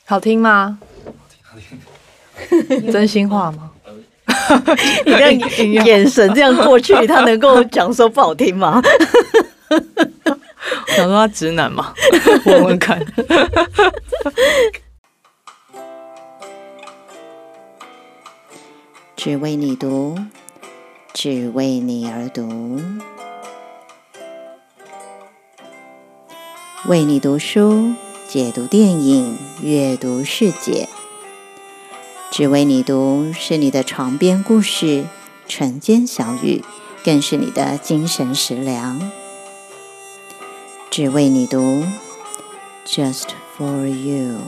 好听吗？真心话吗？ 你这样眼神这样过去，他能够讲说不好听吗？ 想说他直男嘛，问问看。 只为你读，只为你而读，为你读书，解读电影，阅读世界。只为你读是你的床边故事，晨间小语，更是你的精神食粮。只为你读 Just for you。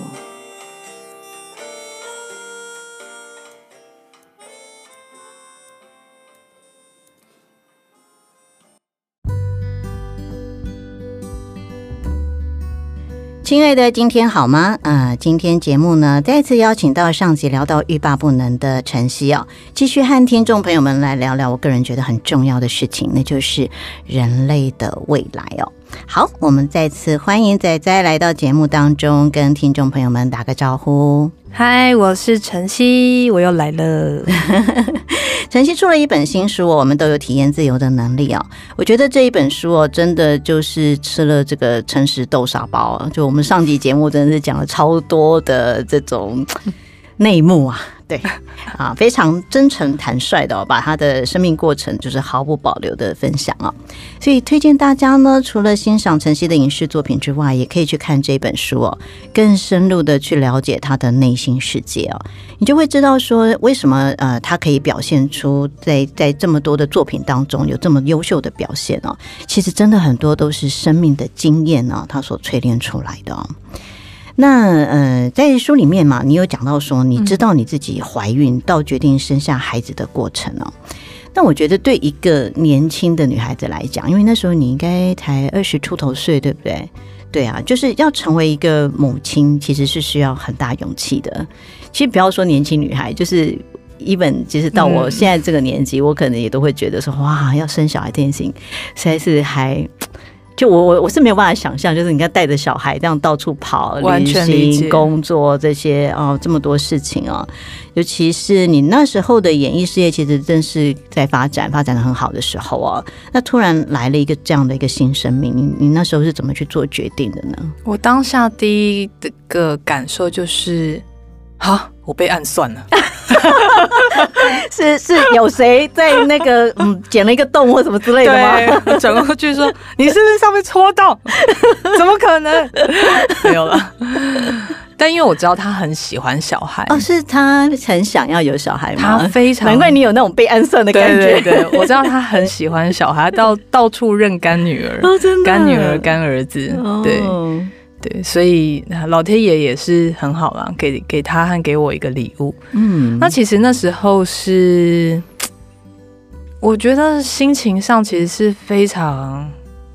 亲爱的，今天好吗？今天节目呢，再次邀请到上集聊到欲罢不能的晨曦哦，继续和听众朋友们来聊聊我个人觉得很重要的事情，那就是人类的未来哦。好，我们再次欢迎仔仔来到节目当中，跟听众朋友们打个招呼。 嗨，我是晨曦，我又来了。 晨曦出了一本新书哦，我们都有体验自由的能力哦。我觉得这一本书哦，真的就是吃了这个诚实豆沙包啊！就我们上集节目真的是讲了超多的这种内幕啊，对啊，非常真诚坦率的把他的生命过程就是毫不保留的分享哦。所以推荐大家呢，除了欣赏晨曦的影视作品之外，也可以去看这本书哦，更深入的去了解他的内心世界哦。你就会知道说为什么他可以表现出在这么多的作品当中有这么优秀的表现哦。其实真的很多都是生命的经验哦，他所淬炼出来的哦。那在书里面嘛，你有讲到说你知道你自己怀孕到决定生下孩子的过程哦。但我觉得对一个年轻的女孩子来讲，因为那时候你应该才20出头岁，对不对？对啊，就是要成为一个母亲，其实是需要很大勇气的。其实不要说年轻女孩，就是even其实到我现在这个年纪，我可能也都会觉得说，哇，要生小孩这件事情实在是还。就我是没有办法想象，就是你看带着小孩这样到处跑、旅行、工作这些哦，这么多事情哦。尤其是你那时候的演艺事业，其实正是在发展得很好的时候哦。那突然来了一个这样的一个新生命，你那时候是怎么去做决定的呢？ 我当下第一个感受就是，哈，我被暗算了。 是有谁在那个剪了一个洞或什么之类的吗？ 对，转过去说你是不是上面戳到？怎么可能？没有了。但因为我知道他很喜欢小孩哦，是他很想要有小孩吗？ 他非常， 难怪你有那种被暗算的感觉。 对，我知道他很喜欢小孩，到处认干女儿、 真的干女儿、干儿子，对，所以老天爷也是很好啦，给他和给我一个礼物。那其实那时候是，我觉得心情上其实是非常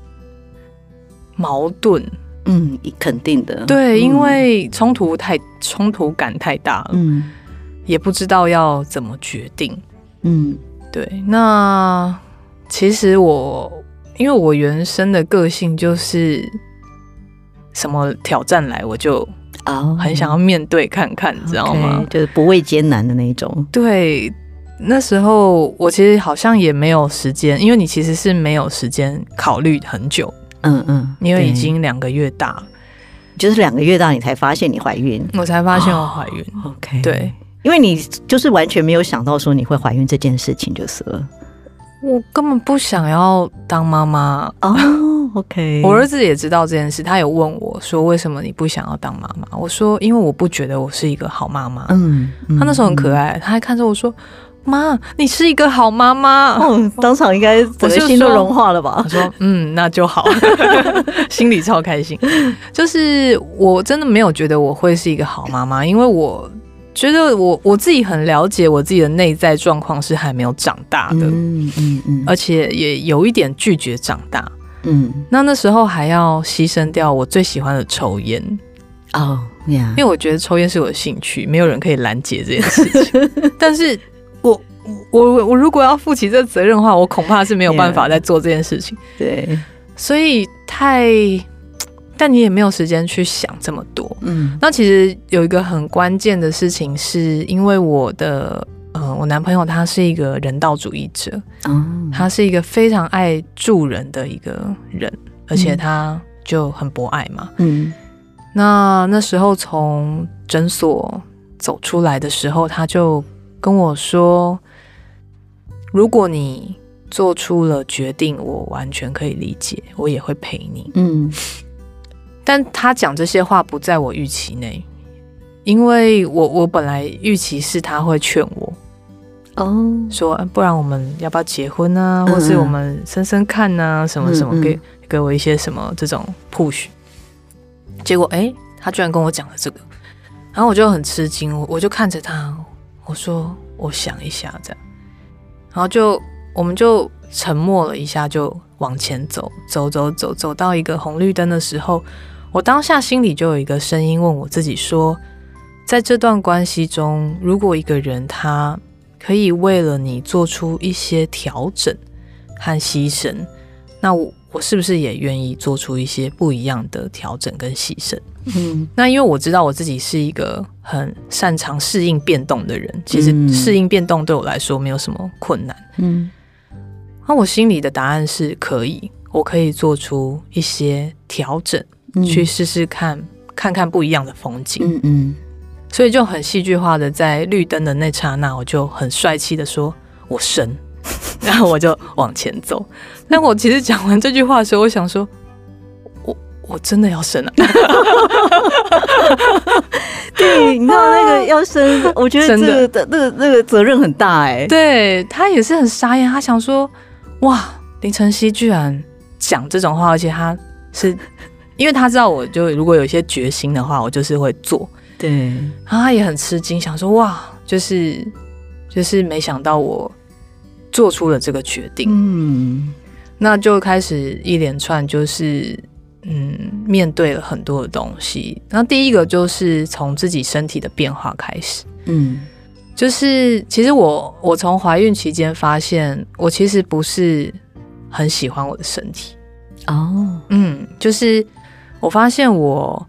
矛盾。 肯定的。 对，因为冲突感太大了。也不知道要怎么决定。对，那其实因为我原生的个性就是什么挑战来我就很想要面对看看，你知道吗？ 就是不畏艰难的那种。 对，那时候我其实好像也没有时间，因为你其实是没有时间考虑很久。因为已经2个月大了， 就是2个月大你才发现你怀孕， 我才发现我怀孕。 OK， 对， 因为你就是完全没有想到说你会怀孕这件事情就是了。 我根本不想要当妈妈。 OK， 我儿子也知道这件事，他有问我说为什么你不想要当妈妈？我说因为我不觉得我是一个好妈妈。他那时候很可爱，他还看着我说，妈，你是一个好妈妈。 当场应该整个心都融化了吧？ 我说那就好。心里超开心。就是我真的没有觉得我会是一个好妈妈，因为我觉得我自己很了解我自己的内在状况是还没有长大的。而且也有一点拒绝长大。那时候还要牺牲掉我最喜欢的抽烟。因为我觉得抽烟是我的兴趣，没有人可以拦截这件事情。但是我如果要负起这责任的话，我恐怕是没有办法再做这件事情。 对， 所以但你也没有时间去想这么多。那其实有一个很关键的事情，是因为我男朋友他是一个人道主义者，他是一个非常爱助人的一个人，而且他就很博爱嘛。那时候从诊所走出来的时候，他就跟我说，如果你做出了决定，我完全可以理解，我也会陪你。但他讲这些话不在我预期内，因为我本来预期是他会劝我，说不然我们要不要结婚啊，或是我们生生看啊，什么什么，给我一些什么这种 push。结果他居然跟我讲了这个，然后我就很吃惊，我就看着他，我说我想一下这样，然后我们就沉默了一下，就往前走到一个红绿灯的时候，我当下心里就有一个声音问我自己说，在这段关系中，如果一个人他可以为了你做出一些调整和牺牲，那我是不是也愿意做出一些不一样的调整跟牺牲？那因为我知道我自己是一个很擅长适应变动的人，其实适应变动对我来说没有什么困难。那我心里的答案是可以，我可以做出一些调整，去试试看看不一样的风景。所以就很戏剧化的在绿灯的那刹那，我就很帅气的说我生，然后我就往前走。但我其实讲完这句话的时候，我想说我真的要生啊。 对，你知道那个要生，我觉得那个责任很大对，他也是很傻眼，他想说哇，林晨曦居然讲这种话，而且他是因为他知道我就如果有一些决心的话，我就是会做。 对， 然后他也很吃惊，想说哇，就是没想到我做出了这个决定。那就开始一连串就是面对了很多的东西。那第一个就是从自己身体的变化开始。就是其实我从怀孕期间发现，我其实不是很喜欢我的身体。就是我发现我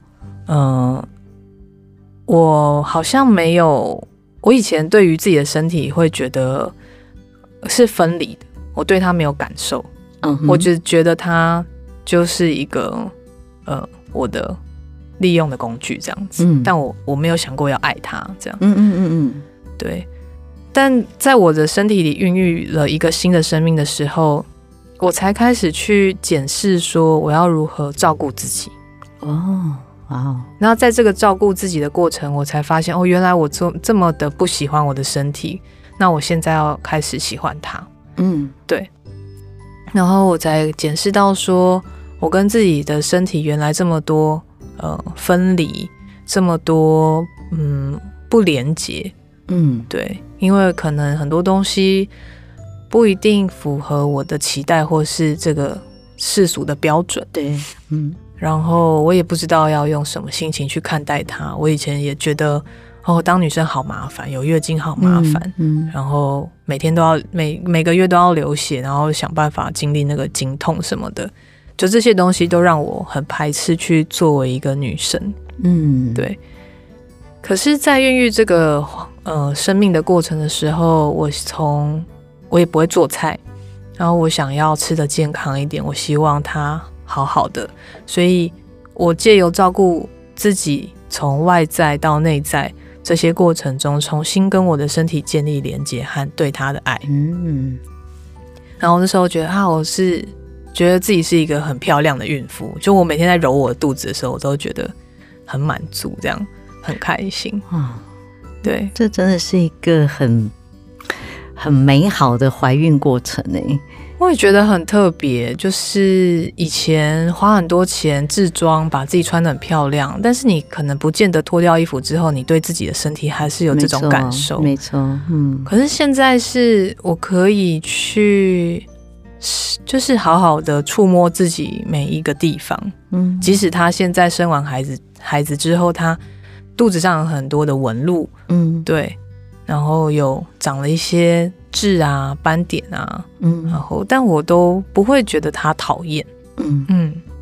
好像没有，我以前对于自己的身体会觉得是分离的，我对它没有感受。我只觉得它就是一个我的利用的工具这样子。但我没有想过要爱它这样。对。但在我的身体里孕育了一个新的生命的时候，我才开始去检视说我要如何照顾自己。然后在这个照顾自己的过程，我才发现原来我这么的不喜欢我的身体，那我现在要开始喜欢它。对。然后我才检视到说，我跟自己的身体原来这么多分离，这么多不连结。对，因为可能很多东西不一定符合我的期待，或是这个世俗的标准。 对。 然后我也不知道要用什么心情去看待它。我以前也觉得当女生好麻烦，有月经好麻烦。然后每天都要每个月都要流血，然后想办法经历那个经痛什么的，就这些东西都让我很排斥去作为一个女生。对。可是在孕育这个生命的过程的时候，我也不会做菜，然后我想要吃得健康一点，我希望它好好的，所以我借由照顾自己，从外在到内在这些过程中，重新跟我的身体建立连结和对它的爱。然后那时候觉得我是觉得自己是一个很漂亮的孕妇，就我每天在揉我的肚子的时候，我都觉得很满足，这样很开心。对， 这真的是一个很美好的怀孕过程我也觉得很特别，就是以前花很多钱制装，把自己穿得很漂亮，但是你可能不见得脱掉衣服之后，你对自己的身体还是有这种感受。 没错。 可是现在是我可以去，就是好好的触摸自己每一个地方。即使他现在生完孩子之后，他肚子上有很多的纹路。对。然后有长了一些痣啊、斑点啊，然后但我都不会觉得他讨厌。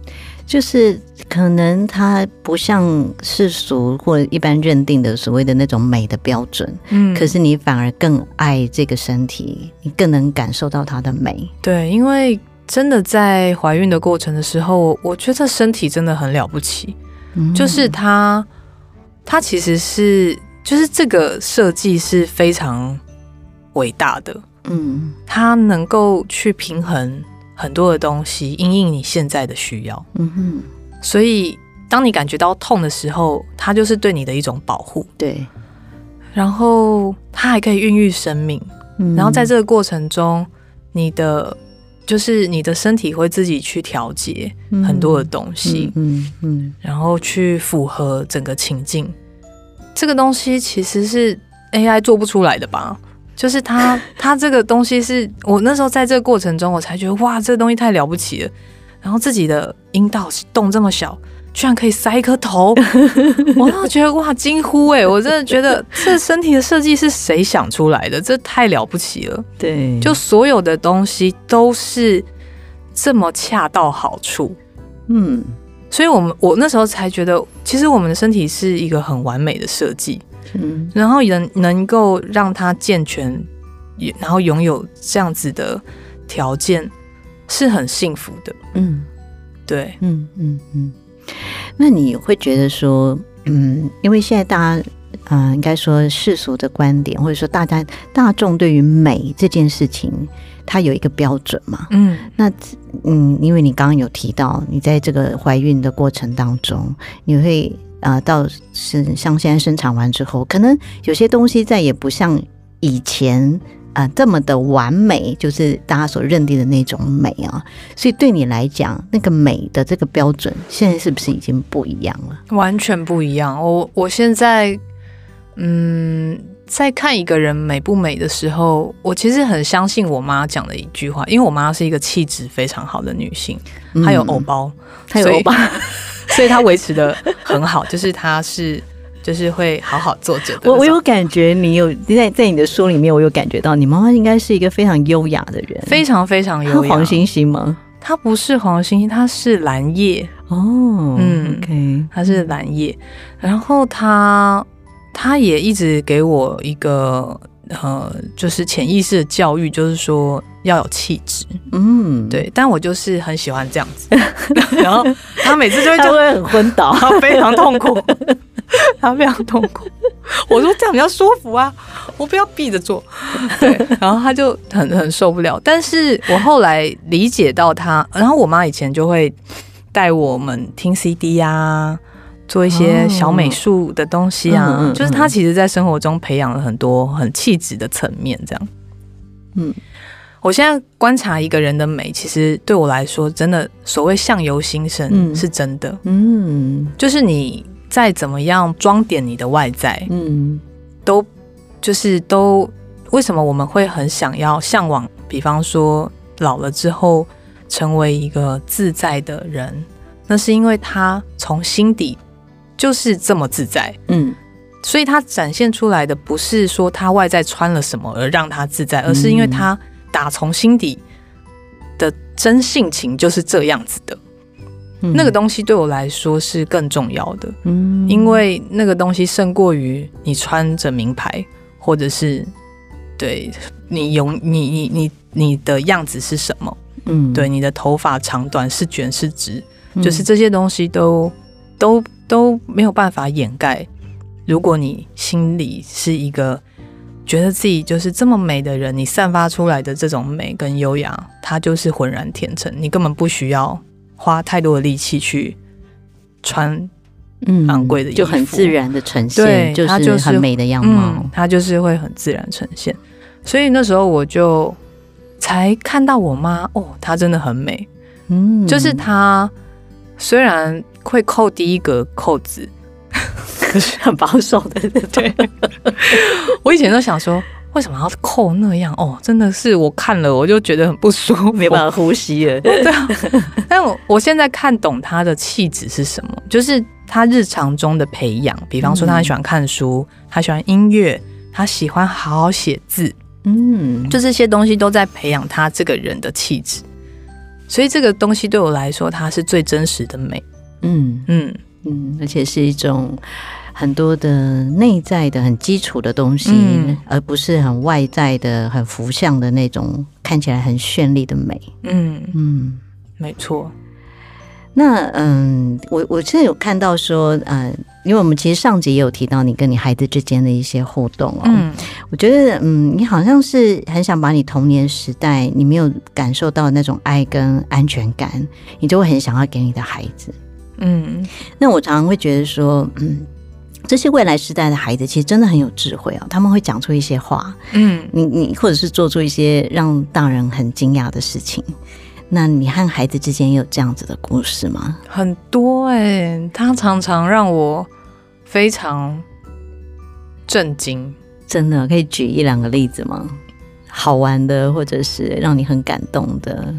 就是可能它不像世俗或一般认定的所谓的那种美的标准，可是你反而更爱这个身体，你更能感受到它的美。 对，因为真的在怀孕的过程的时候，我觉得身体真的很了不起，就是它其实是就是这个设计是非常伟大的，它能够去平衡很多的东西，因应你现在的需要，所以当你感觉到痛的时候，它就是对你的一种保护， 对， 然后它还可以孕育生命，然后在这个过程中，你的身体会自己去调节很多的东西，然后去符合整个情境。这个东西其实是 AI 做不出来的吧？就是它这个东西是我那时候在这个过程中，我才觉得哇，这个东西太了不起了。然后自己的阴道洞这么小，居然可以塞一颗头，我都觉得哇，惊呼欸！我真的觉得这身体的设计是谁想出来的？这太了不起了。 对， 就所有的东西都是这么恰到好处。所以我那时候才觉得，其实我们的身体是一个很完美的设计。然后能够让它健全，然后拥有这样子的条件，是很幸福的。对， 那你会觉得说，因为现在大家，应该说世俗的观点，或者说大众对于美这件事情，它有一个标准嘛？那因为你刚刚有提到，你在这个怀孕的过程当中，你会。到像现在生产完之后，可能有些东西再也不像以前这么的完美，就是大家所认定的那种美啊。所以对你来讲，那个美的这个标准，现在是不是已经不一样了？ 完全不一样。我现在在看一个人美不美的时候，我其实很相信我妈讲的一句话，因为我妈是一个气质非常好的女性，她有偶包，所以她维持的很好，就是她就是会好好坐着的。 我有感觉，你有在你的书里面，我有感觉到你妈妈应该是一个非常优雅的人， 非常非常优雅。 她黄星星吗？ 她不是黄星星，她是蓝叶。 OK， 她是蓝叶。然后她也一直给我一个就是潜意识的教育，就是说要有气质。对，但我就是很喜欢这样子。然后她每次就会很昏倒， 她非常痛苦。他非常痛苦，我说这样比较舒服啊，我不要闭着做。对，然后他就很受不了。但是我后来理解到他，然后我妈以前就会带我们听 CD 啊，做一些小美术的东西啊，就是他其实在生活中培养了很多很气质的层面，这样。我现在观察一个人的美，其实对我来说，真的所谓相由心生是真的。就是你再怎么样装点你的外在，都为什么我们会很想要向往，比方说老了之后成为一个自在的人，那是因为他从心底就是这么自在。所以他展现出来的不是说他外在穿了什么而让他自在，而是因为他打从心底的真性情就是这样子的。那个东西对我来说是更重要的，因为那个东西胜过于你穿着名牌，或者是对你的样子是什么，对，你的头发长短是卷是直，就是这些东西都没有办法掩盖。如果你心里是一个觉得自己就是这么美的人，你散发出来的这种美跟优雅，它就是浑然天成，你根本不需要花太多的力气去穿昂贵的衣服， 就很自然的呈现，就是很美的样貌， 它就是会很自然呈现。所以那时候我就才看到我妈，她真的很美，就是她虽然会扣第一个扣子， 可是很保守的，对。 我以前都想说，为什么要扣那样？真的是我看了我就觉得很不舒服， 没办法呼吸了。 对啊，但我现在看懂他的气质是什么，就是他日常中的培养。比方说，他很喜欢看书，他喜欢音乐，他喜欢好好写字，就这些东西都在培养他这个人的气质。 所以这个东西对我来说，它是最真实的美。 而且是一种很多的内在的很基础的东西，而不是很外在的很浮相的那种看起来很绚丽的美。 没错。 那我现在有看到说，因为我们其实上集也有提到你跟你孩子之间的一些互动哦，我觉得你好像是很想把你童年时代你没有感受到那种爱跟安全感，你就会很想要给你的孩子。那我常常会觉得说，这些未来时代的孩子其实真的很有智慧哦，他们会讲出一些话，你或者是做出一些让大人很惊讶的事情。那你和孩子之间也有这样子的故事吗？ 很多他常常让我非常震惊。真的可以举一两个例子吗？好玩的，或者是让你很感动的？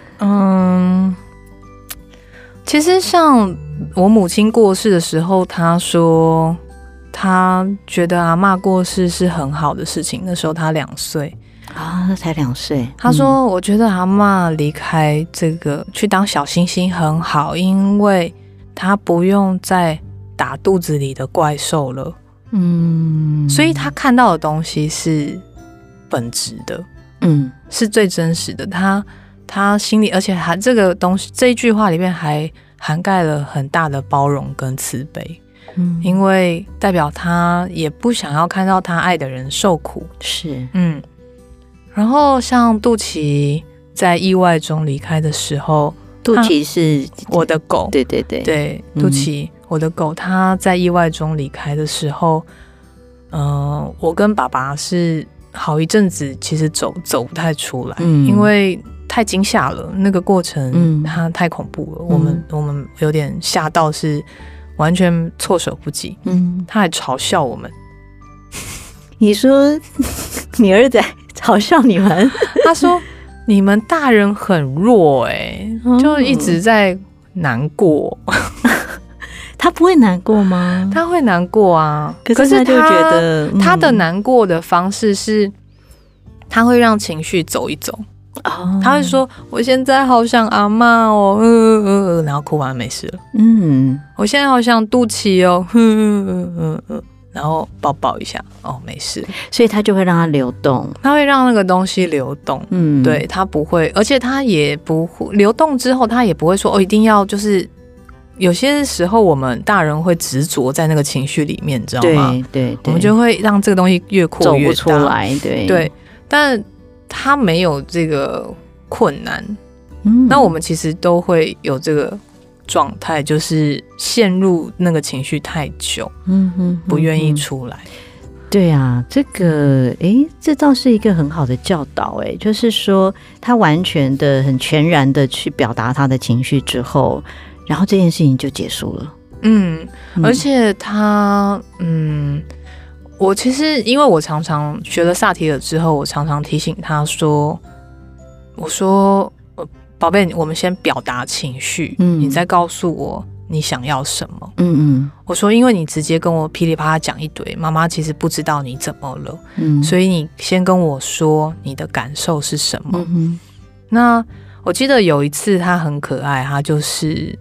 其实像我母亲过世的时候，她说她觉得阿嬷过世是很好的事情。那时候她2岁啊，那才2岁。 她说我觉得阿嬷离开这个去当小星星很好，因为她不用再打肚子里的怪兽了。所以她看到的东西是本质的，是最真实的。他心里，而且还这个东西，这一句话里面还涵盖了很大的包容跟慈悲，因为代表他也不想要看到他爱的人受苦。 是， 然后像杜琪在意外中离开的时候， 杜琪是我的狗， 对对对对，杜琪，我的狗，他在意外中离开的时候，我跟爸爸是好一阵子，其实走不太出来，因为太惊吓了，那个过程它太恐怖了，我们有点吓到，是完全措手不及。他还嘲笑我们。 你说你儿子嘲笑你们？ 他说你们大人很弱就一直在难过。 他不会难过吗？ 他会难过啊， 可是他就觉得他的难过的方式是，他会让情绪走一走。他会说我现在好想阿嬷哦，然后哭完没事了。我现在好想肚脐哦，然后抱抱一下，没事。 所以他就会让它流动， 他会让那个东西流动。对，他不会，而且他也不会流动之后，他也不会说一定要就是。有些时候我们大人会执着在那个情绪里面，你知道吗？对，我们就会让这个东西越扩越大， 走不出来。对， 但他没有这个困难。那我们其实都会有这个状态，就是陷入那个情绪太久，不愿意出来。 对啊，这个这倒是一个很好的教导。就是说他完全的很全然的去表达他的情绪之后，然后这件事情就结束了。 而且他我其实因为我常常学了萨提尔之后，我常常提醒他说，我说宝贝，我们先表达情绪，你再告诉我你想要什么。我说因为你直接跟我噼里啪啦讲一堆，妈妈其实不知道你怎么了，所以你先跟我说你的感受是什么。那我记得有一次他很可爱，他就是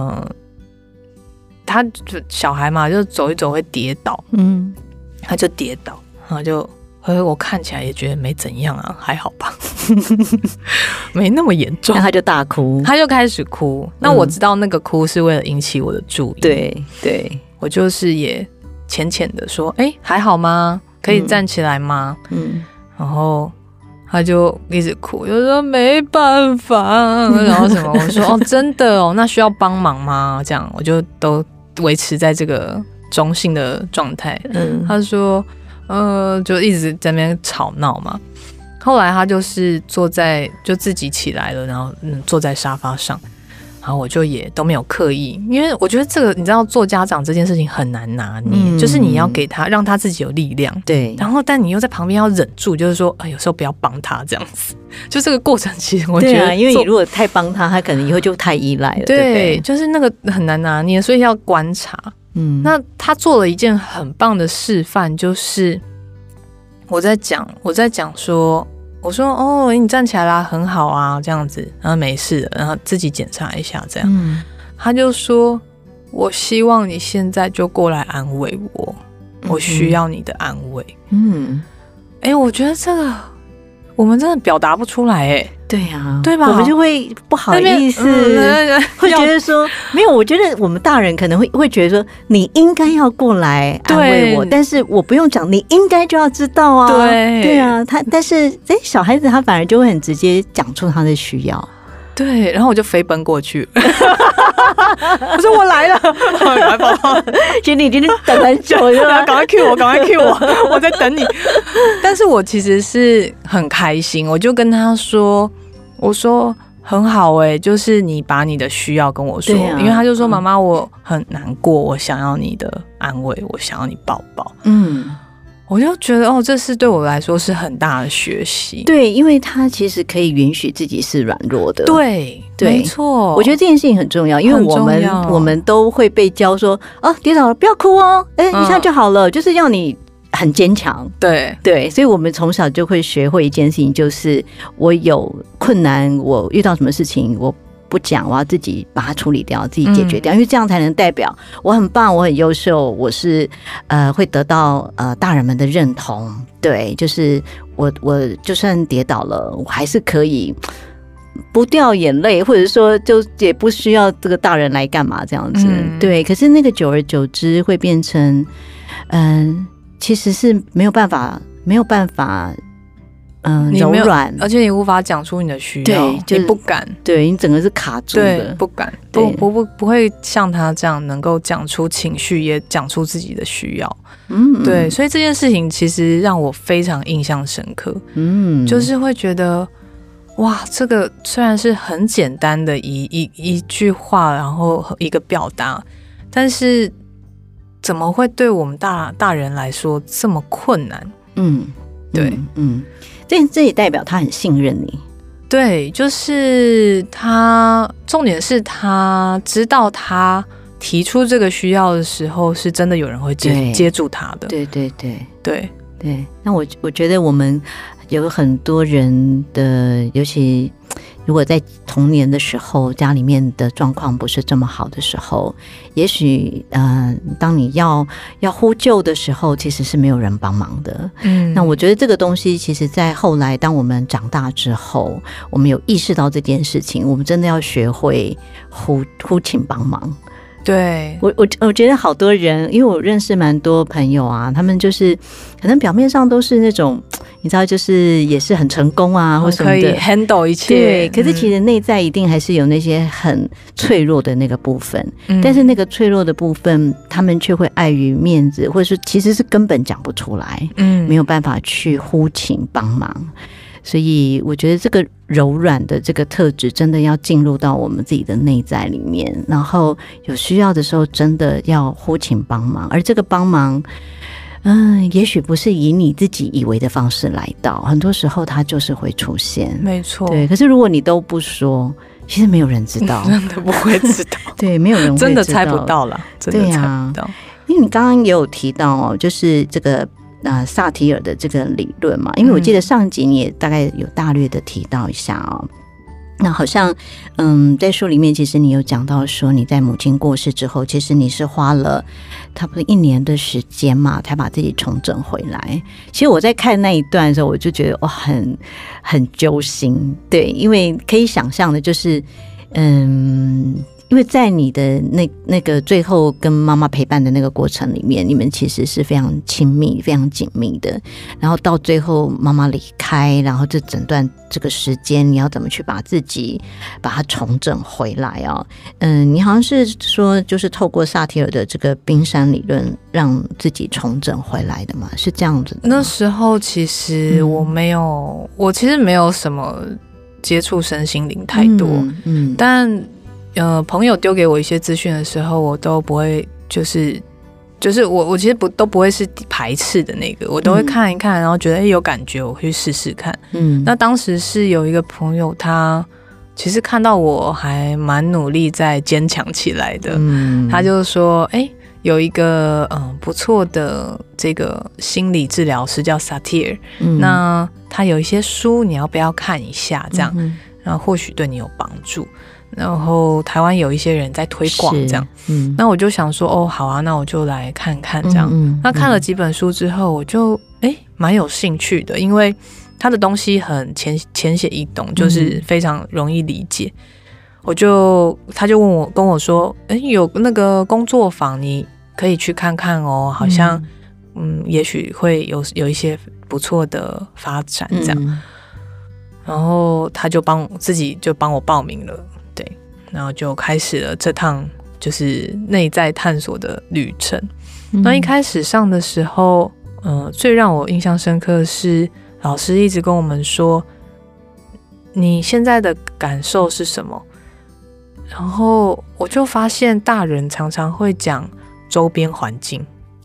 他小孩嘛，就走一走会跌倒，他就跌倒，然后就我看起来也觉得没怎样啊，还好吧，没那么严重。 那他就大哭， 他就开始哭。那我知道那个哭是为了引起我的注意， 对， 我就是也浅浅的说，还好吗？可以站起来吗？然后他就一直哭，就说没办法，然后什么？我说真的那需要帮忙吗？这样我就都维持在这个中性的状态。他说就一直在那边吵闹嘛。后来他就是就自己起来了，然后坐在沙发上。然后我就也都没有刻意，因为我觉得这个你知道做家长这件事情很难拿捏，就是你要给他让他自己有力量， 对， 然后但你又在旁边要忍住，就是说有时候不要帮他这样子，就这个过程其实我觉得因为你如果太帮他，他可能以后就太依赖了， 对，就是那个很难拿捏，所以要观察。那他做了一件很棒的示范，就是我在讲说我说哦，你站起来啦，很好啊，这样子，然后没事了，然后自己检查一下这样。他就说，我希望你现在就过来安慰我，我需要你的安慰。我觉得这个我们真的表达不出来对啊， 对吧？ 我们就会不好意思，会觉得说没有。我觉得我们大人可能会觉得说，你应该要过来安慰我，但是我不用讲，你应该就要知道啊。对啊，但是小孩子他反而就会很直接讲出他的需要。 对，然后我就飞奔过去，我说我来了，来宝宝， 其实你已经等很久了， 赶快 cue 我，赶快 cue 我，我在等你。但是我其实是很开心，我就跟他说，我说很好就是你把你的需要跟我说，因为他就说妈妈我很难过，我想要你的安慰，我想要你抱抱。我就觉得这是对我来说是很大的学习。 对，因为他其实可以允许自己是软弱的。 对，没错。 我觉得这件事情很重要，因为我们都会被教说，跌倒了不要哭哦，一下就好了，就是要你很坚强。对，所以我们从小就会学会一件事情，就是我有困难，我遇到什么事情，我不讲，我要自己把它处理掉，自己解决掉，因为这样才能代表我很棒，我很优秀，我是会得到大人们的认同。对，就是我就算跌倒了，我还是可以不掉眼泪，或者说就也不需要这个大人来干嘛这样子。对，可是那个久而久之会变成其实是没有办法柔软， 而且你无法讲出你的需要，你不敢， 对，你整个是卡住的， 不敢，不会像他这样能够讲出情绪，也讲出自己的需要。对，所以这件事情其实让我非常印象深刻。就是会觉得哇，这个虽然是很简单的一句话，然后一个表达，但是怎么会对我们大人来说这么困难？对， 这也代表他很信任你。 对，就是他，重点是他知道他提出这个需要的时候，是真的有人会接住他的。对， 那我觉得我们有很多人的，尤其如果在童年的时候，家里面的状况不是这么好的时候，也许当你要呼救的时候，其实是没有人帮忙的。那我觉得这个东西，其实在后来当我们长大之后，我们有意识到这件事情，我们真的要学会呼请帮忙。 对， 我觉得好多人，因为我认识蛮多朋友啊，他们就是可能表面上都是那种你知道，就是也是很成功啊，或什么的， 可以 handle 一切。 对，可是其实内在一定还是有那些很脆弱的那个部分，但是那个脆弱的部分，他们却会碍于面子，或者是其实是根本讲不出来，没有办法去呼请帮忙。所以我觉得这个柔软的这个特质真的要进入到我们自己的内在里面，然后有需要的时候真的要呼请帮忙，而这个帮忙也许不是以你自己以为的方式来到，很多时候它就是会出现。 没错， 对。可是如果你都不说，其实没有人知道， 真的不会知道。 对，没有人会知道， 真的猜不到了，真的猜不到。 因为你刚刚也有提到就是这个萨提尔的这个理论嘛，因为我记得上集你也大概有大略的提到一下哦。那好像在书里面其实你有讲到说你在母亲过世之后，其实你是花了差不多1年的时间嘛才把自己重整回来。其实我在看那一段的时候，我就觉得很揪心。对，因为可以想象的就是因为在你的那个最后跟妈妈陪伴的那个过程里面，你们其实是非常亲密非常紧密的，然后到最后妈妈离开，然后这整段这个时间你要怎么去把自己把它重整回来哦。你好像是说就是透过萨提尔的这个冰山理论让自己重整回来的吗？是这样子的吗？ 那时候其实我其实没有什么接触身心灵太多，但朋友丢给我一些资讯的时候，我都不会就是我其实都不会是排斥的那个，我都会看一看，然后觉得有感觉，我会去试试看。那当时是有一个朋友，他其实看到我还蛮努力在坚强起来的，他就说有一个不错的这个心理治疗师叫 Satir，那他有一些书你要不要看一下这样，然后或许对你有帮助。然后台湾有一些人在推广这样，那我就想说哦好啊，那我就来看看这样。那看了几本书之后，我就蛮有兴趣的，因为他的东西很浅显易懂，就是非常容易理解。他就跟我说，有那个工作坊你可以去看看哦，好像也许会有一些不错的发展这样。然后他就自己帮我报名了。然后就开始了这趟就是内在探索的旅程。那一开始上的时候，最让我印象深刻的是老师一直跟我们说，你现在的感受是什么？然后我就发现大人常常会讲周边环境。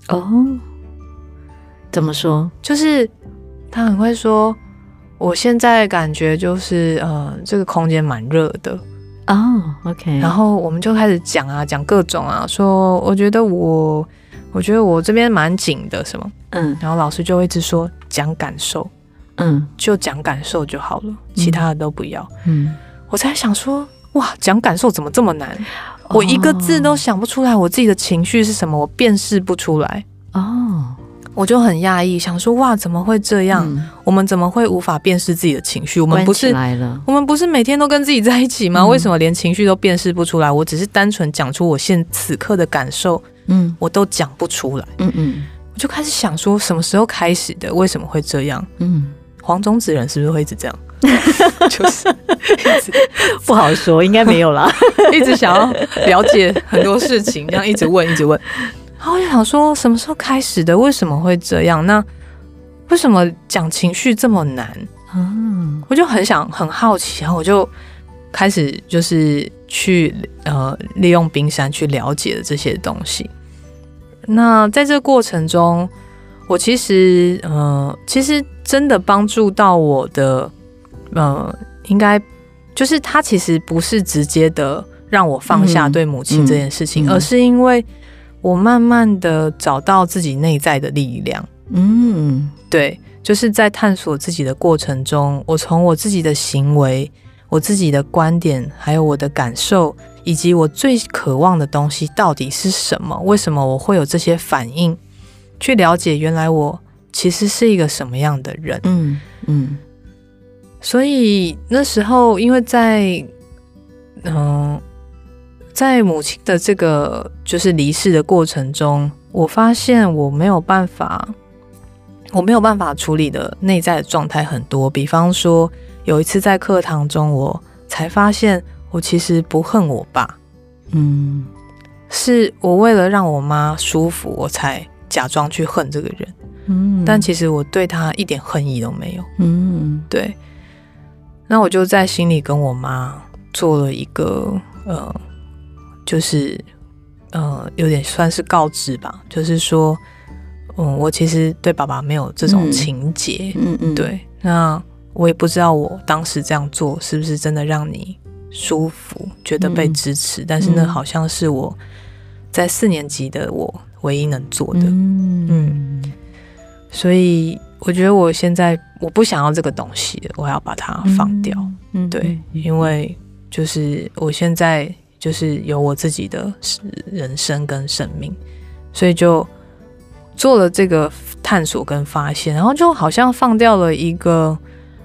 怎么说？ 就是他很会说，我现在感觉就是这个空间蛮热的。 OK， 然后我们就开始讲各种说我觉得我这边蛮紧的什么，然后老师就会一直说讲感受，就讲感受就好了，其他的都不要。我才想说，哇，讲感受怎么这么难？我一个字都想不出来，我自己的情绪是什么，我辨识不出来。我就很讶异，想说哇，怎么会这样？我们怎么会无法辨识自己的情绪？我们不是每天都跟自己在一起吗？为什么连情绪都辨识不出来？我只是单纯讲出我此刻的感受，我都讲不出来。我就开始想说，什么时候开始的？为什么会这样？黄种子人是不是会一直这样？就是一直不好说，应该没有啦。 一直想要了解很多事情，这样一直问。然后我就想说，什么时候开始的？为什么会这样？那为什么讲情绪这么难？我就很好奇，然后我就开始就是去利用冰山去了解这些东西。那在这个过程中，我其实真的帮助到我的，应该就是他其实不是直接的让我放下对母亲这件事情，而是因为我慢慢的找到自己内在的力量。对，就是在探索自己的过程中，我从我自己的行为、我自己的观点，还有我的感受，以及我最渴望的东西到底是什么，为什么我会有这些反应，去了解原来我其实是一个什么样的人。所以那时候因为在母亲的这个就是离世的过程中，我发现我没有办法处理的内在的状态很多。比方说有一次在课堂中，我才发现我其实不恨我爸，是我为了让我妈舒服，我才假装去恨这个人，但其实我对他一点恨意都没有。对，那我就在心里跟我妈做了一个就是有点算是告知吧，就是说我其实对爸爸没有这种情结。对，那我也不知道我当时这样做是不是真的让你舒服，觉得被支持，但是那好像是我在4年级的我唯一能做的。所以我觉得我现在我不想要这个东西了，我要把它放掉。对，因为就是我现在就是有我自己的人生跟生命，所以就做了这个探索跟发现，然后就好像放掉了一个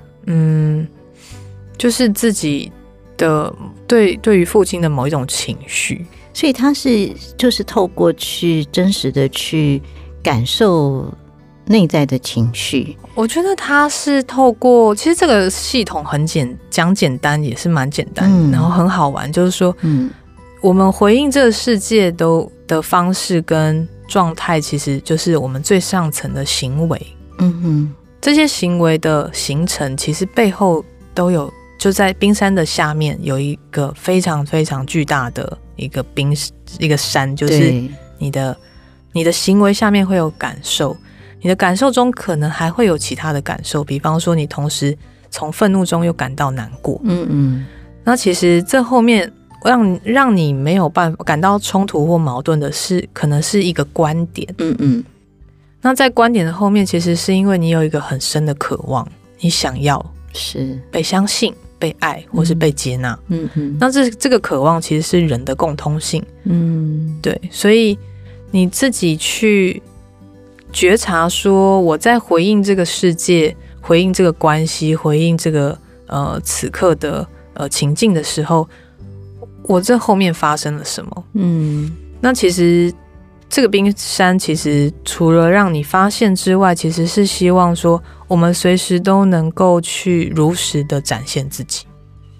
就是自己的对于父亲的某一种情绪。 所以他就是透过去真实的去感受内在的情绪。 我觉得他是透过，其实这个系统讲简单也是蛮简单的，然后很好玩，就是说我们回应这个世界的方式跟状态，其实就是我们最上层的行为。这些行为的形成其实背后都有，就在冰山的下面有一个非常非常巨大的一个山，就是你的行为下面会有感受，你的感受中可能还会有其他的感受，比方说你同时从愤怒中又感到难过。那其实这后面让你没有办法感到冲突或矛盾的是，可能是一个观点。那在观点的后面，其实是因为你有一个很深的渴望，你想要是被相信、被爱，或是被接纳。那这个渴望其实是人的共通性。对，所以你自己去觉察说，我在回应这个世界、回应这个关系、回应这个此刻的情境的时候，我这后面发生了什么？那其实这个冰山其实除了让你发现之外，其实是希望说我们随时都能够去如实的展现自己。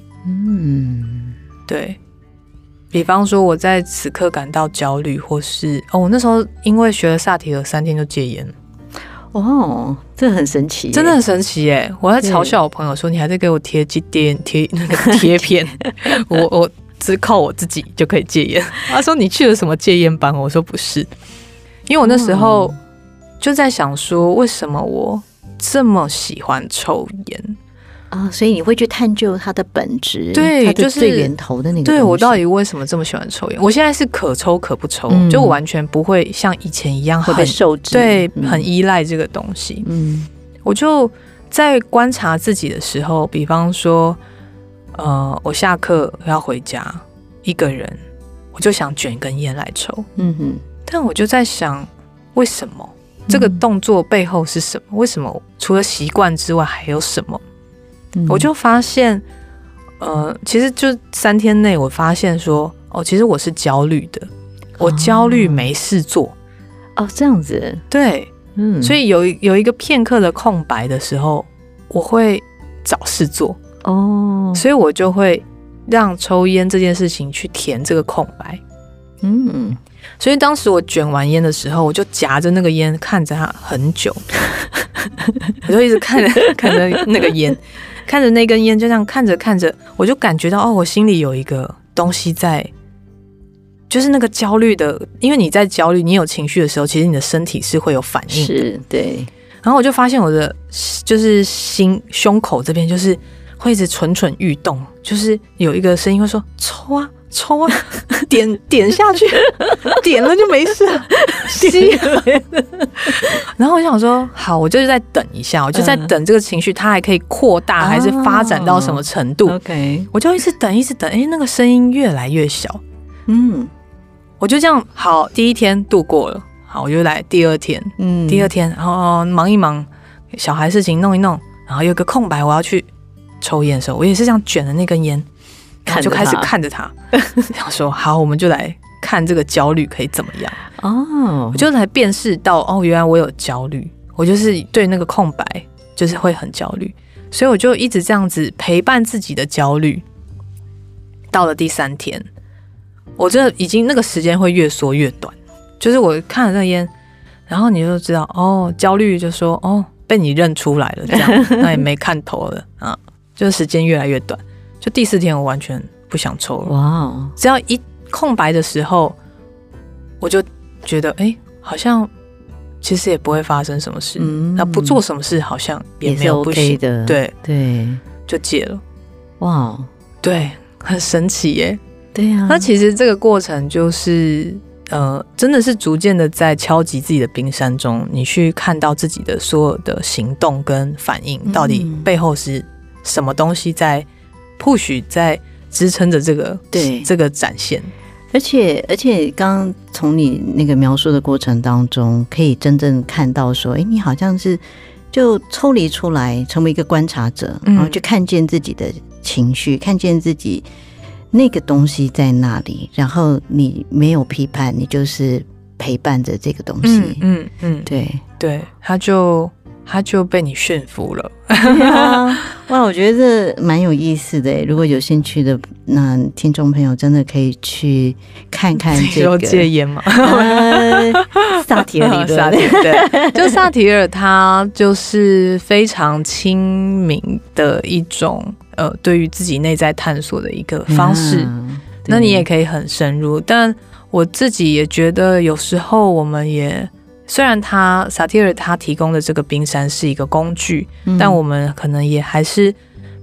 对，比方说我在此刻感到焦虑，或是我那时候因为学了萨提尔3天就戒烟了。 这很神奇， 真的很神奇耶！我在嘲笑我朋友说，你还在给我贴那个贴片，我只靠我自己就可以戒烟。他说你去了什么戒烟班？我说不是，因为我那时候就在想说，为什么我这么喜欢抽烟所以你会去探究它的本质， 对， 它的最源头的那个东西。 对，我到底为什么这么喜欢抽烟？我现在是可抽可不抽，就我完全不会像以前一样会被受制， 对，很依赖这个东西。我就在观察自己的时候，比方说我下课要回家一个人，我就想卷一根烟来抽。但我就在想，为什么这个动作背后是什么？为什么除了习惯之外还有什么？我就发现其实就3天内我发现说其实我是焦虑的，我焦虑没事做。 这样子。 对，所以有一个片刻的空白的时候，我会找事做。所以我就会让抽烟这件事情去填这个空白。所以当时我卷完烟的时候，我就夹着那个烟看着它很久。我就一直看着那个烟，看着那根烟，就这样看着看着，我就感觉到我心里有一个东西在，就是那个焦虑的，因为你在焦虑，你有情绪的时候，其实你的身体是会有反应的。 是，对。 然后我就发现我的就是胸口这边就是会一直蠢蠢欲动，就是有一个声音会说抽啊抽啊，点下去，点了就没事了，吸。然后我想说，好，我就是在等一下，我就在等这个情绪它还可以扩大，还是发展到什么程度。 OK， 我就一直等，那个声音越来越小。我就这样，好，第1天度过了，好，我就来第2天，第2天，然后忙一忙小孩事情弄一弄，然后有个空白，我要去抽烟的时候，我也是这样卷的那根烟。然后就开始看着他，想说好，我们就来看这个焦虑可以怎么样。我就来辨识到原来我有焦虑，我就是对那个空白就是会很焦虑，所以我就一直这样子陪伴自己的焦虑。到了第3天，我这已经那个时间会越缩越短，就是我看了那烟，然后你就知道焦虑就说被你认出来了，这样那也没看头了啊，就是时间越来越短。就第4天我完全不想抽了。只要一空白的时候，我就觉得好像其实也不会发生什么事，那不做什么事好像也没有不行的。对，就戒了。对，很神奇耶。 对啊， 那其实这个过程就是真的是逐渐的在敲击自己的冰山中，你去看到自己的所有的行动跟反应，到底背后是什么东西在push，在支撑着这个展现。 而且刚刚从你那个描述的过程当中，可以真正看到说你好像是就抽离出来成为一个观察者，然后去看见自己的情绪，看见自己那个东西在那里，然后你没有批判，你就是陪伴着这个东西。对，他就被你驯服了。哇，我觉得这蛮有意思的。如果有兴趣的那听众朋友，真的可以去看看这个戒烟嘛。 萨提尔理论， 对，就萨提尔他就是非常亲民的一种对于自己内在探索的一个方式。那你也可以很深入，但我自己也觉得有时候我们也。虽然萨提尔他提供的这个冰山是一个工具，但我们可能也还是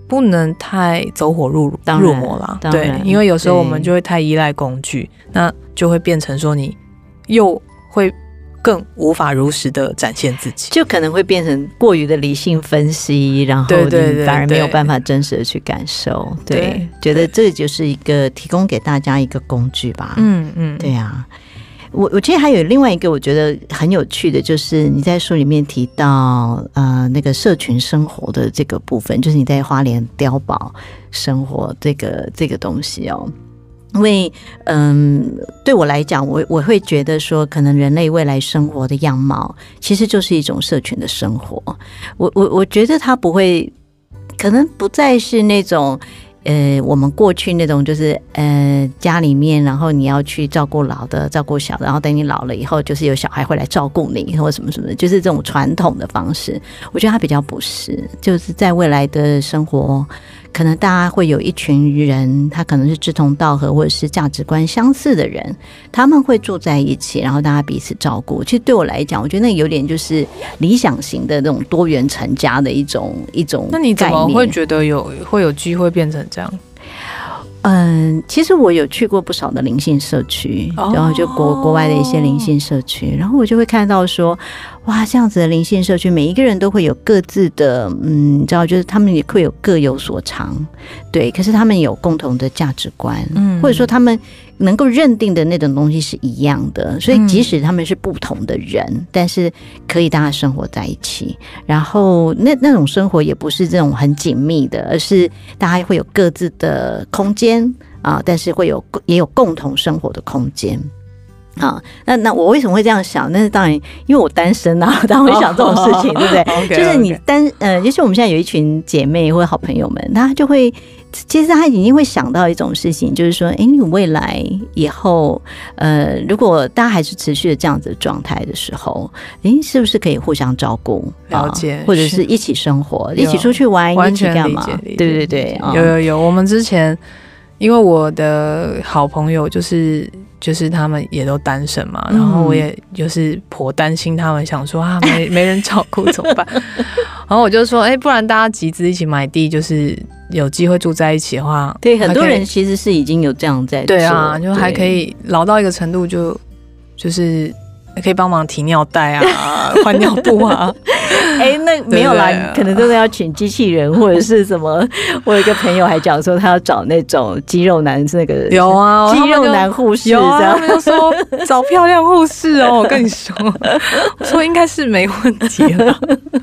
不能太走火入魔啦。对，因为有时候我们就会太依赖工具，那就会变成说你又会更无法如实的展现自己， 就可能会变成过于的理性分析，然后你反而没有办法真实的去感受。对，觉得这就是一个提供给大家一个工具吧。对啊。我其实还有另外一个我觉得很有趣的，就是你在书里面提到那个社群生活的这个部分，就是你在花莲碉堡生活这个东西哦。因为对我来讲，我会觉得说，可能人类未来生活的样貌其实就是一种社群的生活。我觉得它不会，可能不再是那种我们过去那种就是家里面，然后你要去照顾老的照顾小的，然后等你老了以后就是有小孩会来照顾你或什么什么的，就是这种传统的方式。我觉得它比较不是，就是在未来的生活可能大家会有一群人，他可能是志同道合或者是价值观相似的人，他们会住在一起，然后大家彼此照顾。其实对我来讲，我觉得那有点就是理想型的那种多元成家的一种概念。 那你怎么会觉得会有机会变成这样？ 其实我有去过不少的灵性社区，然后就国外的一些灵性社区，然后我就会看到说，哇，这样子的灵性社区，每一个人都会有各自的，你知道，就是他们也会有各有所长，对，可是他们有共同的价值观，或者说他们能够认定的那种东西是一样的，所以即使他们是不同的人，但是可以大家生活在一起，然后那种生活也不是这种很紧密的，而是大家会有各自的空间啊，但是也有共同生活的空间。啊，那我为什么会这样想？那是当然，因为我单身啊，当然会想这种事情，对不对？ okay, 就是你就是我们现在有一群姐妹或者好朋友们，她就会，其实她已经会想到一种事情，就是说，你未来以后，如果大家还是持续的这样子的状态的时候，是不是可以互相照顾， 了解， 或者是一起生活，一起出去玩，一起干嘛？对对对， 有，我们之前因为我的好朋友就是他们也都单身嘛，然后我也就是颇担心他们，想说啊没人照顾怎么办？然后我就说，不然大家集资一起买地，就是有机会住在一起的话， 对，很多人其实是已经有这样在做， 对啊，就还可以老到一个程度就是可以帮忙提尿袋啊，换尿布啊。 那没有啦，可能真的要请机器人或者是什么。我有一个朋友还讲说，他要找那种肌肉男，那个有啊， 肌肉男护士， 有啊，他们就说找漂亮护士哦。我跟你说，我说应该是没问题了。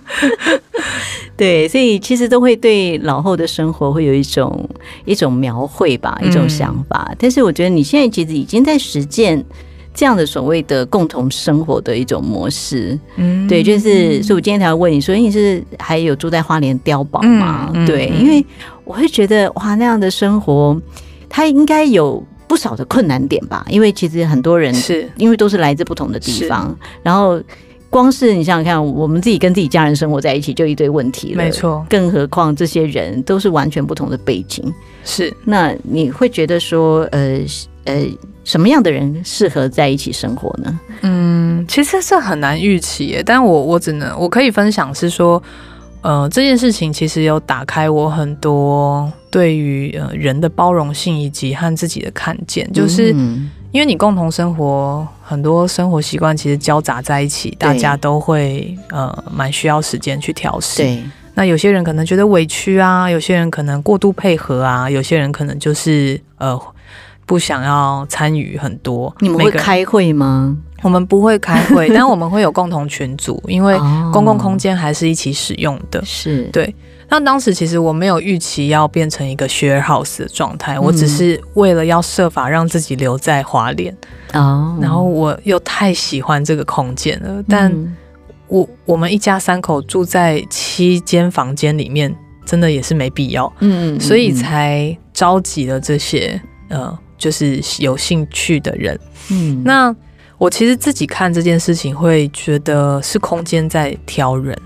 对，所以其实都会对老后的生活会有一种描绘吧，一种想法。但是我觉得你现在其实已经在实践这样的所谓的共同生活的一种模式，对，就是所以我今天才会问你说，你是还有住在花莲碉堡吗？对，因为我会觉得哇，那样的生活，它应该有不少的困难点吧？因为其实很多人是因为都是来自不同的地方，然后光是你想想看，我们自己跟自己家人生活在一起就一堆问题了， 没错，更何况这些人都是完全不同的背景， 是。那你会觉得说，什么样的人适合在一起生活呢？ 其实这很难预期耶，但我可以分享是说，这件事情其实有打开我很多对于人的包容性以及和自己的看见，就是因为你共同生活，很多生活习惯其实交杂在一起，大家都会蛮需要时间去调试。对，那有些人可能觉得委屈啊，有些人可能过度配合啊，有些人可能就是不想要参与很多。 你们会开会吗？ 我们不会开会，但我们会有共同群组，因为公共空间还是一起使用的。是，对。那当时其实我没有预期要变成一个 share house 的状态，我只是为了要设法让自己留在花莲。然后我又太喜欢这个空间了，但我们一家3口住在7间房间里面，真的也是没必要。所以才召集了这些就是有兴趣的人。那我其实自己看这件事情会觉得是空间在挑人。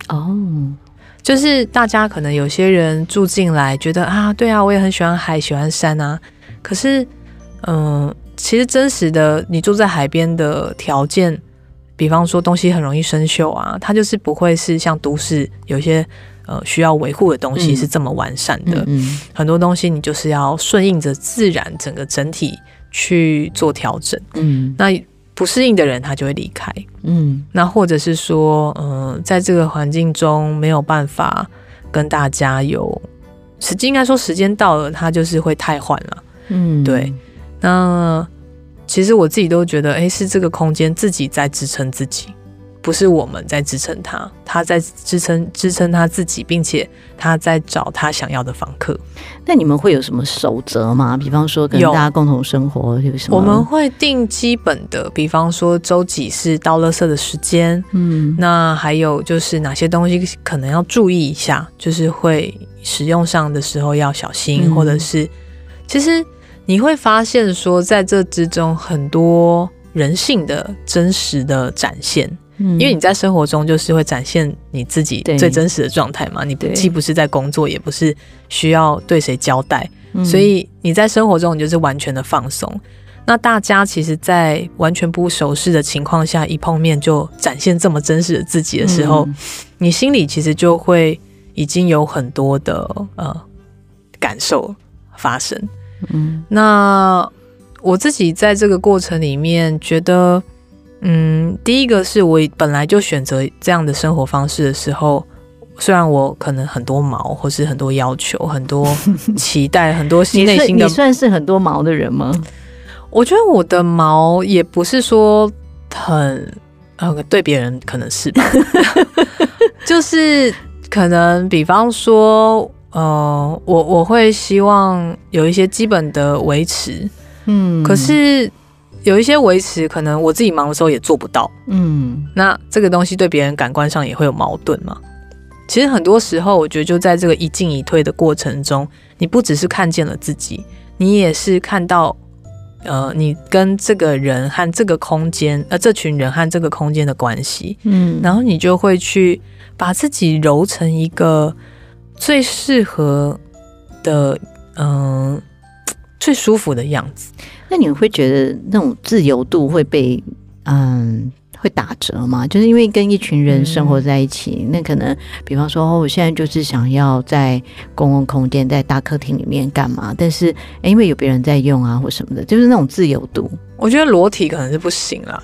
就是大家可能有些人住进来觉得啊，对啊，我也很喜欢海喜欢山啊，可是其实真实的你住在海边的条件比方说东西很容易生锈啊，它就是不会是像都市有一些需要维护的东西是这么完善的。很多东西你就是要顺应着自然整个整体去做调整。那不适应的人他就会离开。那或者是说在这个环境中没有办法跟大家有应该说时间到了他就是会汰换了。对。那其实我自己都觉得是这个空间自己在支撑自己，不是我们在支撑他，他在支撑他自己，并且他在找他想要的访客。 那你们会有什么守则吗？比方说跟大家共同生活有什么？ 我们会定基本的，比方说周几是倒垃圾的时间。那还有就是哪些东西可能要注意一下，就是会使用上的时候要小心。或者是其实你会发现说在这之中很多人性的真实的展现。因为你在生活中就是会展现你自己最真实的状态嘛，你既不是在工作，也不是需要对谁交代，所以你在生活中你就是完全的放松。那大家其实在完全不熟识的情况下一碰面就展现这么真实的自己的时候，你心里其实就会已经有很多的感受发生。那我自己在这个过程里面觉得第一个是我本来就选择这样的生活方式的时候，虽然我可能很多毛或是很多要求很多期待很多内心的你算是很多毛的人吗？ 我觉得我的毛也不是说很对别人可能是吧就是可能比方说我会希望有一些基本的维持。可是有一些维持可能我自己忙的时候也做不到。那这个东西对别人感官上也会有矛盾嘛。其实很多时候我觉得就在这个一进一退的过程中，你不只是看见了自己，你也是看到你跟这个人和这个空间这群人和这个空间的关系。然后你就会去把自己揉成一个最适合的最舒服的样子。 那你会觉得那种自由度会被会打折吗？就是因为跟一群人生活在一起，那可能比方说我现在就是想要在公共空间在大客厅里面干嘛，但是因为有别人在用啊或什么的，就是那种自由度。我觉得裸体可能是不行啦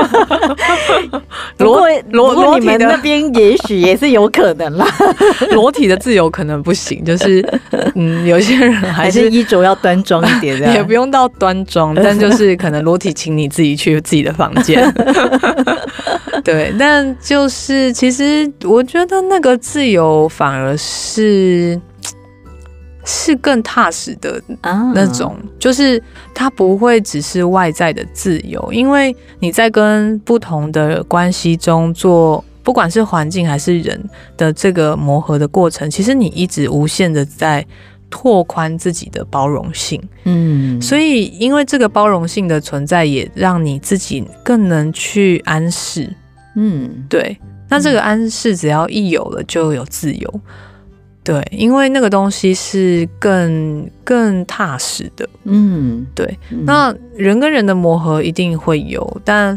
不过你们那边也许也是有可能啦裸体的自由可能不行，就是有些人还是衣着要端庄一点也不用到端庄，但就是可能裸体请你自己去自己的房间对，但就是其实我觉得那个自由反而是更踏实的那种，就是它不会只是外在的自由，因为你在跟不同的关系中做，不管是环境还是人的这个磨合的过程，其实你一直无限的在拓宽自己的包容性。所以因为这个包容性的存在，也让你自己更能去安适。对，那这个安适只要一有了，就有自由。对，因为那个东西是更踏实的。对，那人跟人的磨合一定会有，但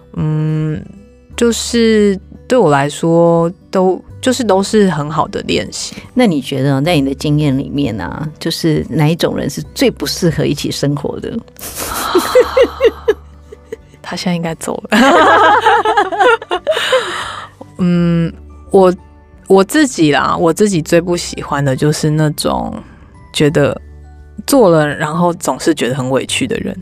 就是对我来说都是很好的练习。 那你觉得在你的经验里面啊，就是哪一种人是最不适合一起生活的？ 他现在应该走了我自己啦，我自己最不喜欢的就是那种觉得做了然后总是觉得很委屈的人。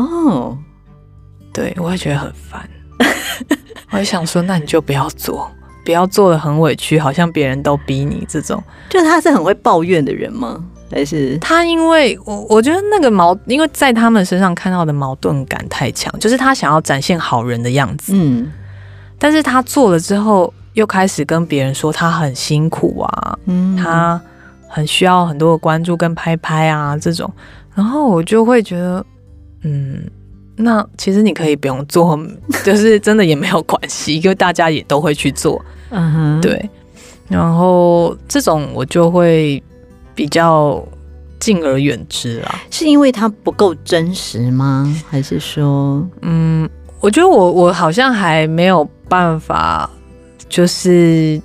对，我会觉得很烦我会想说那你就不要做得很委屈，好像别人都逼你这种。 就他是很会抱怨的人吗？还是他因为我觉得那个因为在他们身上看到的矛盾感太强，就是他想要展现好人的样子，但是他做了之后又开始跟别人说他很辛苦啊，他很需要很多的关注跟拍拍啊这种，然后我就会觉得那其实你可以不用做，就是真的也没有关系，因为大家也都会去做。对，然后这种我就会比较敬而远之啦。 是因为它不够真实吗？还是说我觉得我好像还没有办法，就是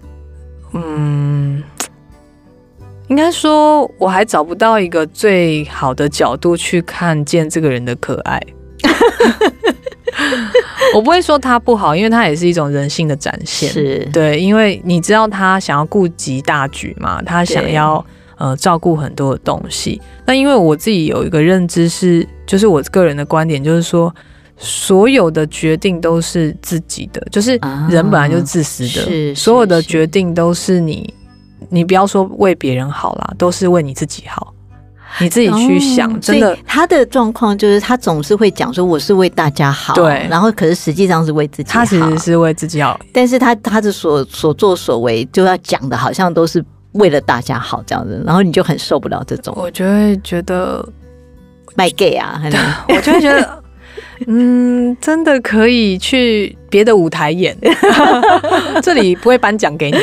应该说我还找不到一个最好的角度去看见这个人的可爱。我不会说他不好，因为他也是一种人性的展现。 是， 对，因为你知道他想要顾及大局嘛，他想要照顾很多的东西。那因为我自己有一个认知是，就是我个人的观点就是说，所有的决定都是自己的，就是人本来就是自私的，所有的决定都是你不要说为别人好啦，都是为你自己好。你自己去想，真的， 他的状况就是他总是会讲说我是为大家好， 对， 然后可是实际上是为自己好， 他其实是为自己好， 但是他的所作所为就要讲的好像都是为了大家好这样子，然后你就很受不了这种， 我就会觉得卖 gay 啊， 我就会觉得真的可以去别的舞台演，这里不会颁奖给你。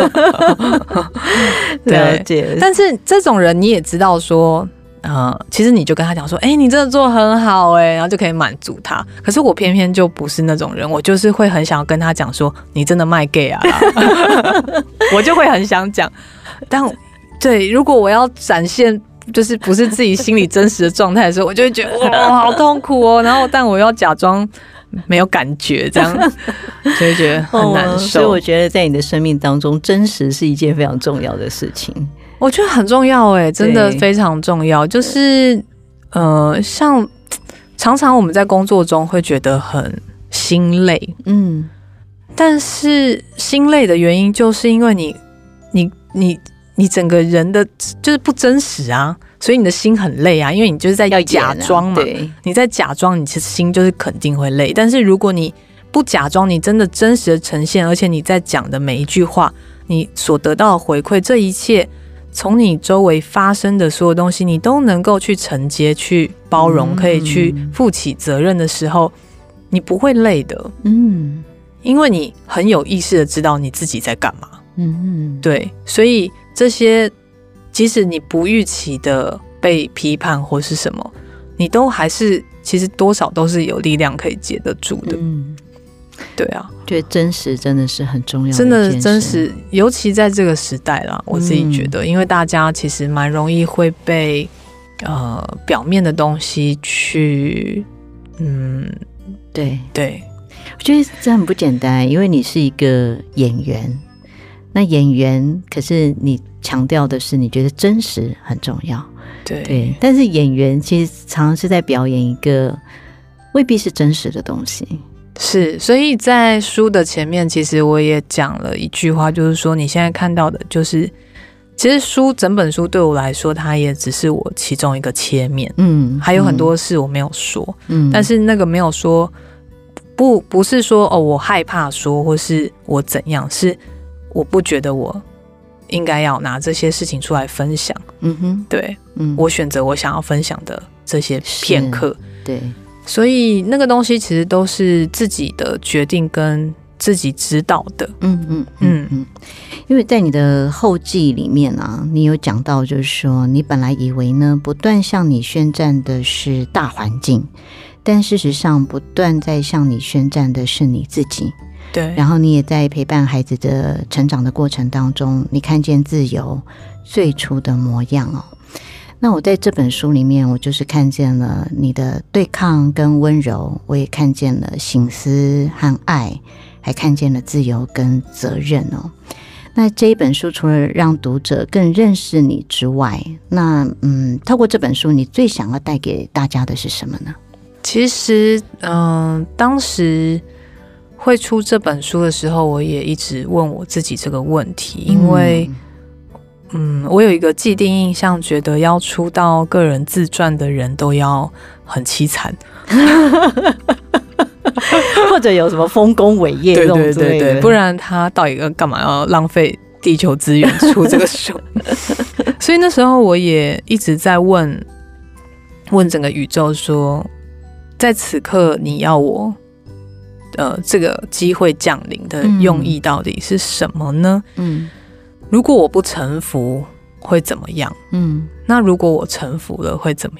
对，但是这种人你也知道说，其实你就跟他讲说，你真的做很好然后就可以满足他。可是我偏偏就不是那种人，我就是会很想要跟他讲说，你真的卖 gay 啊啦，我就会很想讲。但对，如果我要展现就是不是自己心里真实的状态的时候，我就会觉得哇，好痛苦哦。然后，但我要假装没有感觉，这样就会觉得很难受。 所以我觉得在你的生命当中，真实是一件非常重要的事情。 我觉得很重要真的非常重要。就是像常常我们在工作中会觉得很心累，但是心累的原因就是因为你整个人的就是不真实啊，所以你的心很累啊，因为你就是在假装嘛，你在假装，你其实心就是肯定会累。但是如果你不假装，你真的真实的呈现，而且你在讲的每一句话，你所得到的回馈，这一切从你周围发生的所有东西，你都能够去承接、去包容，可以去负起责任的时候，你不会累的。因为你很有意识的知道你自己在干嘛。对，所以这些即使你不预期的被批判或是什么，你都还是其实多少都是有力量可以接得住的。对啊， 觉得真实真的是很重要的， 真的真实，尤其在这个时代啦，我自己觉得，因为大家其实蛮容易会被表面的东西去对， 我觉得这很不简单，因为你是一个演员。那演员，可是你强调的是，你觉得真实很重要，对。但是演员其实常常是在表演一个未必是真实的东西， 是。所以在书的前面，其实我也讲了一句话，就是说你现在看到的，就是其实整本书对我来说，它也只是我其中一个切面，还有很多事我没有说，但是那个没有说，不是说我害怕说，或是我怎样，是。我不觉得我应该要拿这些事情出来分享，对，我选择我想要分享的这些片刻， 对， 所以那个东西其实都是自己的决定跟自己知道的， 因为在你的后记里面啊，你有讲到就是说，你本来以为呢，不断向你宣战的是大环境，但事实上不断在向你宣战的是你自己。 对， 然后你也在陪伴孩子的成长的过程当中，你看见自由最初的模样哦。那我在这本书里面，我就是看见了你的对抗跟温柔，我也看见了省思和爱，还看见了自由跟责任哦。那这一本书除了让读者更认识你之外，那透过这本书，你最想要带给大家的是什么呢？ 其实当时会出这本书的时候，我也一直问我自己这个问题，因为我有一个既定印象，觉得要出到个人自传的人都要很凄惨， 或者有什么丰功伟业这种之类的， 对，不然他到底干嘛要浪费地球资源出这个书？所以那时候我也一直在问整个宇宙说，在此刻你要我这个机会降临的用意到底是什么呢？如果我不臣服会怎么样？那如果我臣服了会怎么样？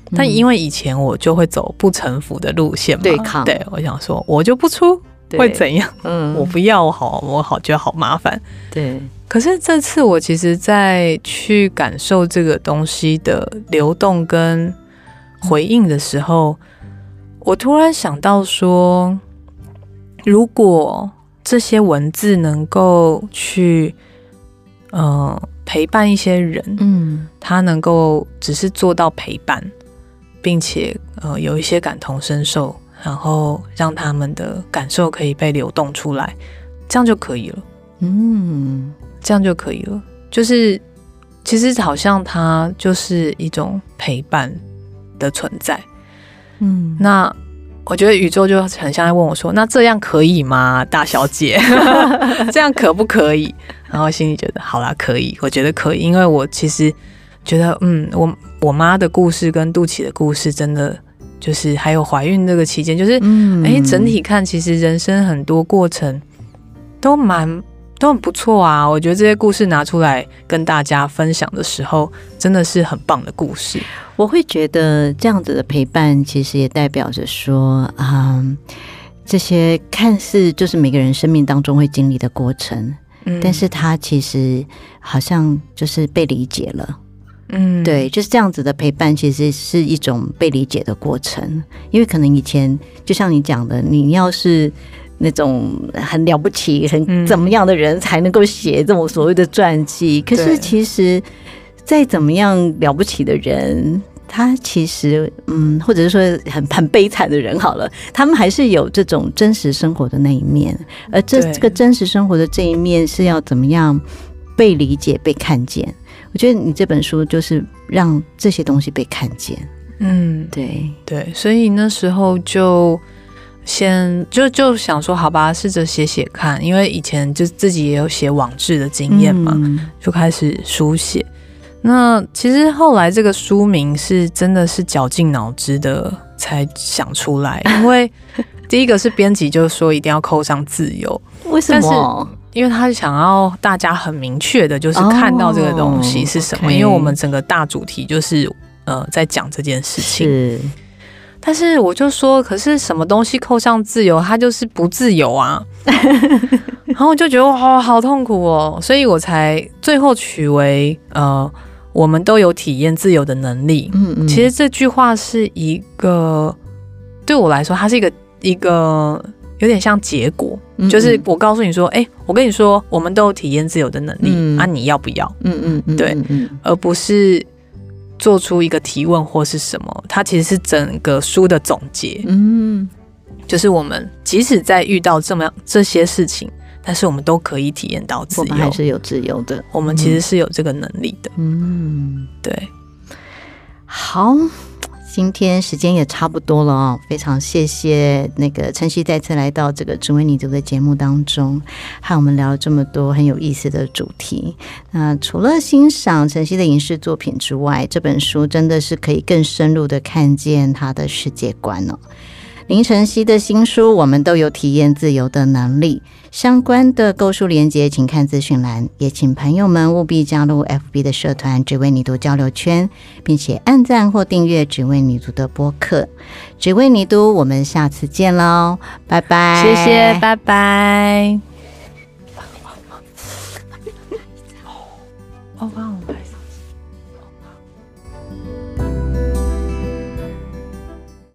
但因为以前我就会走不臣服的路线嘛， 对抗， 对，我想说我就不出会怎样？我不要，我好觉得好麻烦。 对。 可是这次我其实在去感受这个东西的流动跟回应的时候，我突然想到说，如果这些文字能够去陪伴一些人，他能够只是做到陪伴，并且有一些感同身受，然后让他们的感受可以被流动出来，这样就可以了。这样就可以了。就是其实好像它就是一种陪伴的存在。那我觉得宇宙就很像在问我说，那这样可以吗，大小姐？这样可不可以？然后心里觉得好啦，可以，我觉得可以，因为我其实觉得我妈的故事跟肚脐的故事真的就是还有怀孕这个期间，就是整体看其实人生很多过程都很不错啊。我觉得这些故事拿出来跟大家分享的时候，真的是很棒的故事。 我会觉得这样子的陪伴其实也代表着说这些看似就是每个人生命当中会经历的过程，但是它其实好像就是被理解了。对，就是这样子的陪伴其实是一种被理解的过程。因为可能以前就像你讲的，你要是那种很了不起很怎么样的人才能够写这种所谓的传记，可是其实再怎么样了不起的人，他其实或者是说很悲惨的人好了，他们还是有这种真实生活的那一面，而这个真实生活的这一面是要怎么样被理解被看见。我觉得你这本书就是让这些东西被看见。对， 所以那时候就就想说好吧，试着写写看，因为以前就自己也有写网志的经验嘛，就开始书写。那其实后来这个书名是真的是绞尽脑汁的才想出来，因为第一个是编辑就说一定要扣上自由。 为什么？ 因为他想要大家很明确的就是看到这个东西是什么，因为我们整个大主题就是在讲这件事情。是，但是我就说，可是什么东西扣上自由，它就是不自由啊。然后我就觉得哇，好痛苦哦，所以我才最后取为我们都有体验自由的能力。其实这句话是一个对我来说，它是一个有点像结果，就是我告诉你说，我跟你说，我们都有体验自由的能力，你要不要？对，而不是做出一个提问或是什么，它其实是整个书的总结。就是我们即使在遇到这些事情，但是我们都可以体验到自由， 我们还是有自由的， 我们其实是有这个能力的。对， 好。今天时间也差不多了哦，非常谢谢那个晨曦再次来到这个只为你读的节目当中，和我们聊了这么多很有意思的主题。那除了欣赏晨曦的影视作品之外，这本书真的是可以更深入的看见他的世界观哦。林晨曦的新书《我们都有体验自由的能力》，相关的购书连结请看资讯栏，也请朋友们务必加入 FB 的社团只为你读交流圈，并且按赞或订阅只为你读的播客。只为你读，我们下次见咯，拜拜。 谢谢，拜拜。哦，哇。